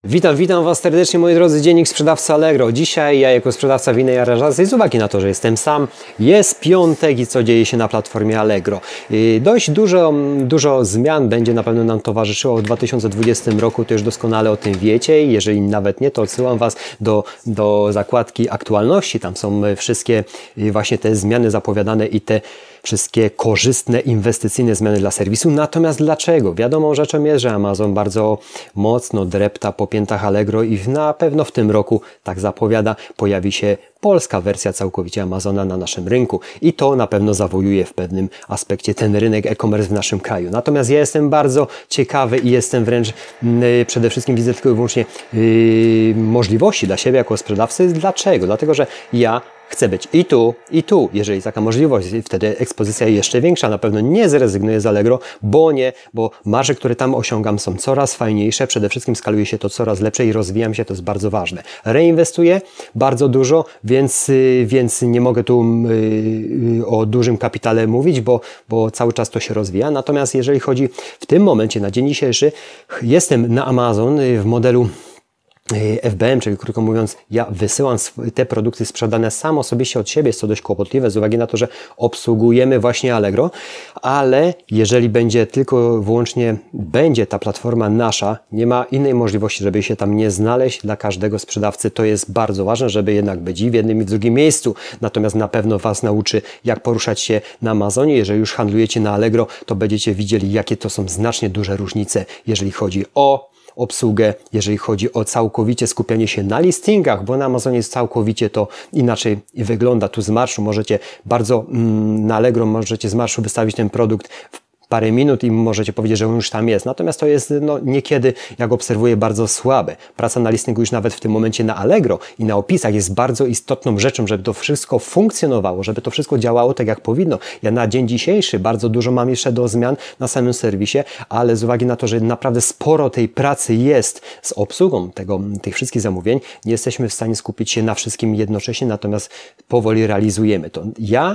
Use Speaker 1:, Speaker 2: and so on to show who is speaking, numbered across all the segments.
Speaker 1: Witam Was serdecznie, moi drodzy, Dziennik Sprzedawcy Allegro. Dzisiaj ja jako sprzedawca winnej aranżacji, z uwagi na to, że jestem sam, jest piątek i co dzieje się na platformie Allegro. Dość dużo zmian będzie na pewno nam towarzyszyło w 2020 roku, to już doskonale o tym wiecie. Jeżeli nawet nie, to odsyłam Was do zakładki aktualności. Tam są wszystkie właśnie te zmiany zapowiadane i te wszystkie korzystne, inwestycyjne zmiany dla serwisu. Natomiast dlaczego? Wiadomą rzeczą jest, że Amazon bardzo mocno drepta po piętach Allegro i na pewno w tym roku, tak zapowiada, pojawi się polska wersja całkowicie Amazona na naszym rynku i to na pewno zawojuje w pewnym aspekcie ten rynek e-commerce w naszym kraju. Natomiast ja jestem bardzo ciekawy i jestem wręcz przede wszystkim widzę tylko i wyłącznie możliwości dla siebie jako sprzedawcy. Dlaczego? Dlatego, że ja chcę być i tu. Jeżeli taka możliwość, wtedy ekspozycja jeszcze większa. Na pewno nie zrezygnuję z Allegro, bo marże, które tam osiągam, są coraz fajniejsze. Przede wszystkim skaluje się to coraz lepsze i rozwijam się, to jest bardzo ważne. Reinwestuję bardzo dużo, więc nie mogę tu o dużym kapitale mówić, bo cały czas to się rozwija. Natomiast jeżeli chodzi w tym momencie, na dzień dzisiejszy, jestem na Amazon w modelu FBM, czyli krótko mówiąc, ja wysyłam te produkty sprzedane sam osobiście od siebie, jest to dość kłopotliwe z uwagi na to, że obsługujemy właśnie Allegro, ale jeżeli będzie tylko wyłącznie będzie ta platforma nasza, nie ma innej możliwości, żeby się tam nie znaleźć dla każdego sprzedawcy. To jest bardzo ważne, żeby jednak być i w jednym i w drugim miejscu. Natomiast na pewno Was nauczy, jak poruszać się na Amazonie. Jeżeli już handlujecie na Allegro, to będziecie widzieli, jakie to są znacznie duże różnice, jeżeli chodzi o obsługę, jeżeli chodzi o całkowicie skupianie się na listingach, bo na Amazonie jest całkowicie to inaczej wygląda. Tu z marszu możecie na Allegro możecie z marszu wystawić ten produkt w parę minut i możecie powiedzieć, że on już tam jest. Natomiast to jest niekiedy, jak obserwuję, bardzo słabe. Praca na listingu już nawet w tym momencie na Allegro i na opisach jest bardzo istotną rzeczą, żeby to wszystko funkcjonowało, żeby to wszystko działało tak, jak powinno. Ja na dzień dzisiejszy bardzo dużo mam jeszcze do zmian na samym serwisie, ale z uwagi na to, że naprawdę sporo tej pracy jest z obsługą tych wszystkich zamówień, nie jesteśmy w stanie skupić się na wszystkim jednocześnie, natomiast powoli realizujemy to. Ja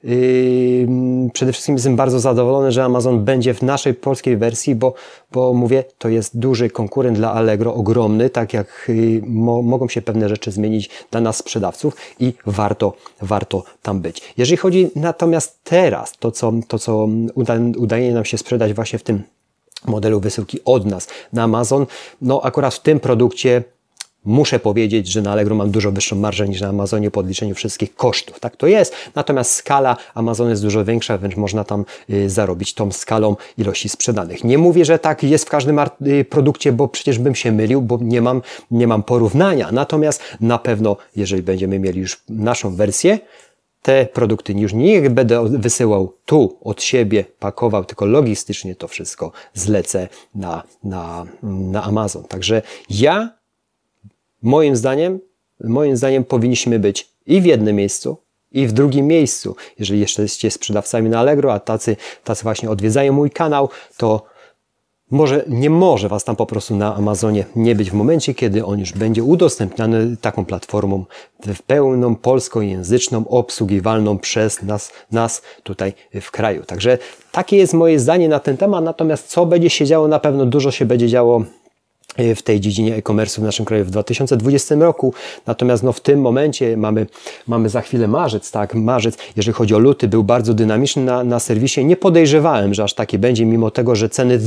Speaker 1: przede wszystkim jestem bardzo zadowolony, że Amazon będzie w naszej polskiej wersji, bo mówię, to jest duży konkurent dla Allegro, ogromny, tak jak mogą się pewne rzeczy zmienić dla nas sprzedawców i warto tam być. Jeżeli chodzi natomiast teraz, to co udaje nam się sprzedać właśnie w tym modelu wysyłki od nas na Amazon, akurat w tym produkcie muszę powiedzieć, że na Allegro mam dużo wyższą marżę niż na Amazonie po odliczeniu wszystkich kosztów. Tak to jest. Natomiast skala Amazonu jest dużo większa, więc można tam zarobić tą skalą ilości sprzedanych. Nie mówię, że tak jest w każdym produkcie, bo przecież bym się mylił, bo nie mam porównania. Natomiast na pewno, jeżeli będziemy mieli już naszą wersję, te produkty już nie będę wysyłał tu od siebie, pakował, tylko logistycznie to wszystko zlecę na Amazon. Także moim zdaniem powinniśmy być i w jednym miejscu, i w drugim miejscu. Jeżeli jeszcze jesteście sprzedawcami na Allegro, a tacy właśnie odwiedzają mój kanał, to nie może Was tam po prostu na Amazonie nie być w momencie, kiedy on już będzie udostępniany taką platformą w pełną polskojęzyczną, obsługiwalną przez nas tutaj w kraju. Także takie jest moje zdanie na ten temat. Natomiast co będzie się działo? Na pewno dużo się będzie działo w tej dziedzinie e-commerce w naszym kraju w 2020 roku. Natomiast w tym momencie mamy za chwilę marzec, tak? Marzec, jeżeli chodzi o luty, był bardzo dynamiczny na serwisie. Nie podejrzewałem, że aż taki będzie, mimo tego, że ceny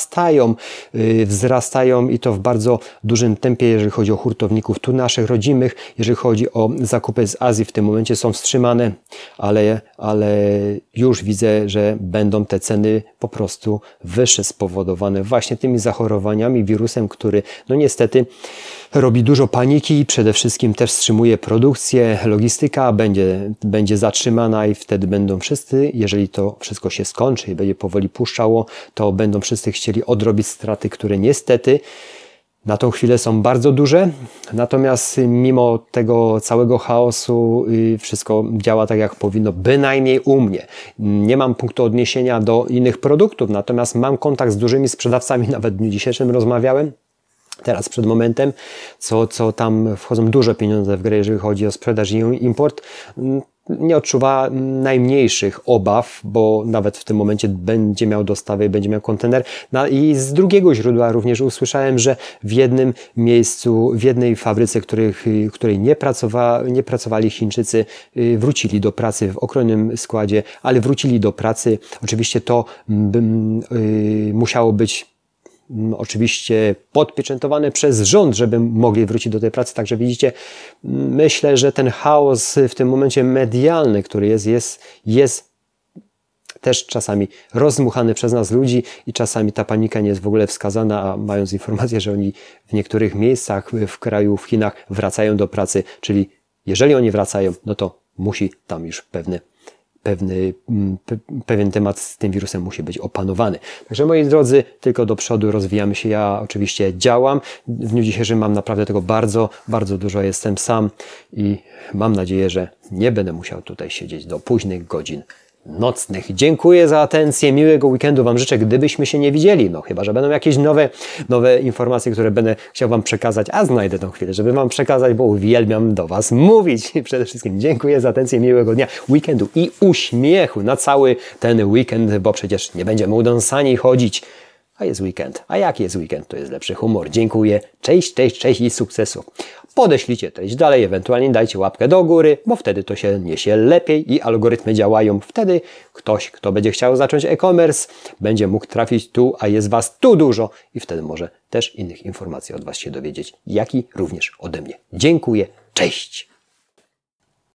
Speaker 1: wzrastają i to w bardzo dużym tempie, jeżeli chodzi o hurtowników tu naszych rodzimych, jeżeli chodzi o zakupy z Azji, w tym momencie są wstrzymane, ale już widzę, że będą te ceny po prostu wyższe, spowodowane właśnie tymi zachorowaniami, wirusem, który niestety robi dużo paniki i przede wszystkim też wstrzymuje produkcję, logistyka będzie zatrzymana i wtedy będą wszyscy, jeżeli to wszystko się skończy i będzie powoli puszczało, to będą wszyscy chcieli odrobić straty, które niestety na tą chwilę są bardzo duże, natomiast mimo tego całego chaosu wszystko działa tak, jak powinno, bynajmniej u mnie. Nie mam punktu odniesienia do innych produktów, natomiast mam kontakt z dużymi sprzedawcami, nawet w dniu dzisiejszym rozmawiałem, teraz przed momentem, co tam wchodzą duże pieniądze w grę, jeżeli chodzi o sprzedaż i import. nie odczuwa najmniejszych obaw, bo nawet w tym momencie będzie miał dostawy, będzie miał kontener. I z drugiego źródła również usłyszałem, że w jednym miejscu, w jednej fabryce, której nie pracowali Chińczycy, wrócili do pracy w okrojnym składzie, ale wrócili do pracy. Oczywiście to musiało być oczywiście podpieczętowane przez rząd, żeby mogli wrócić do tej pracy. Także widzicie, myślę, że ten chaos w tym momencie medialny, który jest też czasami rozdmuchany przez nas ludzi i czasami ta panika nie jest w ogóle wskazana, a mając informację, że oni w niektórych miejscach w kraju, w Chinach wracają do pracy, czyli jeżeli oni wracają, no to musi tam już pewien temat z tym wirusem musi być opanowany. Także moi drodzy, tylko do przodu rozwijamy się. Ja oczywiście działam. W dniu dzisiejszym mam naprawdę tego bardzo, bardzo dużo. Jestem sam i mam nadzieję, że nie będę musiał tutaj siedzieć do późnych godzin nocnych. Dziękuję za atencję, miłego weekendu Wam życzę, gdybyśmy się nie widzieli, no chyba że będą jakieś nowe informacje, które będę chciał Wam przekazać, a znajdę tą chwilę, żeby Wam przekazać, bo uwielbiam do Was mówić. Przede wszystkim dziękuję za atencję, miłego dnia, weekendu i uśmiechu na cały ten weekend, bo przecież nie będziemy udąsani chodzić, a jest weekend. A jak jest weekend, to jest lepszy humor. Dziękuję, cześć, cześć, cześć i sukcesu. Podeślijcie treść dalej, ewentualnie dajcie łapkę do góry, bo wtedy to się niesie lepiej i algorytmy działają. Wtedy ktoś, kto będzie chciał zacząć e-commerce, będzie mógł trafić tu, a jest Was tu dużo i wtedy może też innych informacji od Was się dowiedzieć, jak i również ode mnie. Dziękuję, cześć!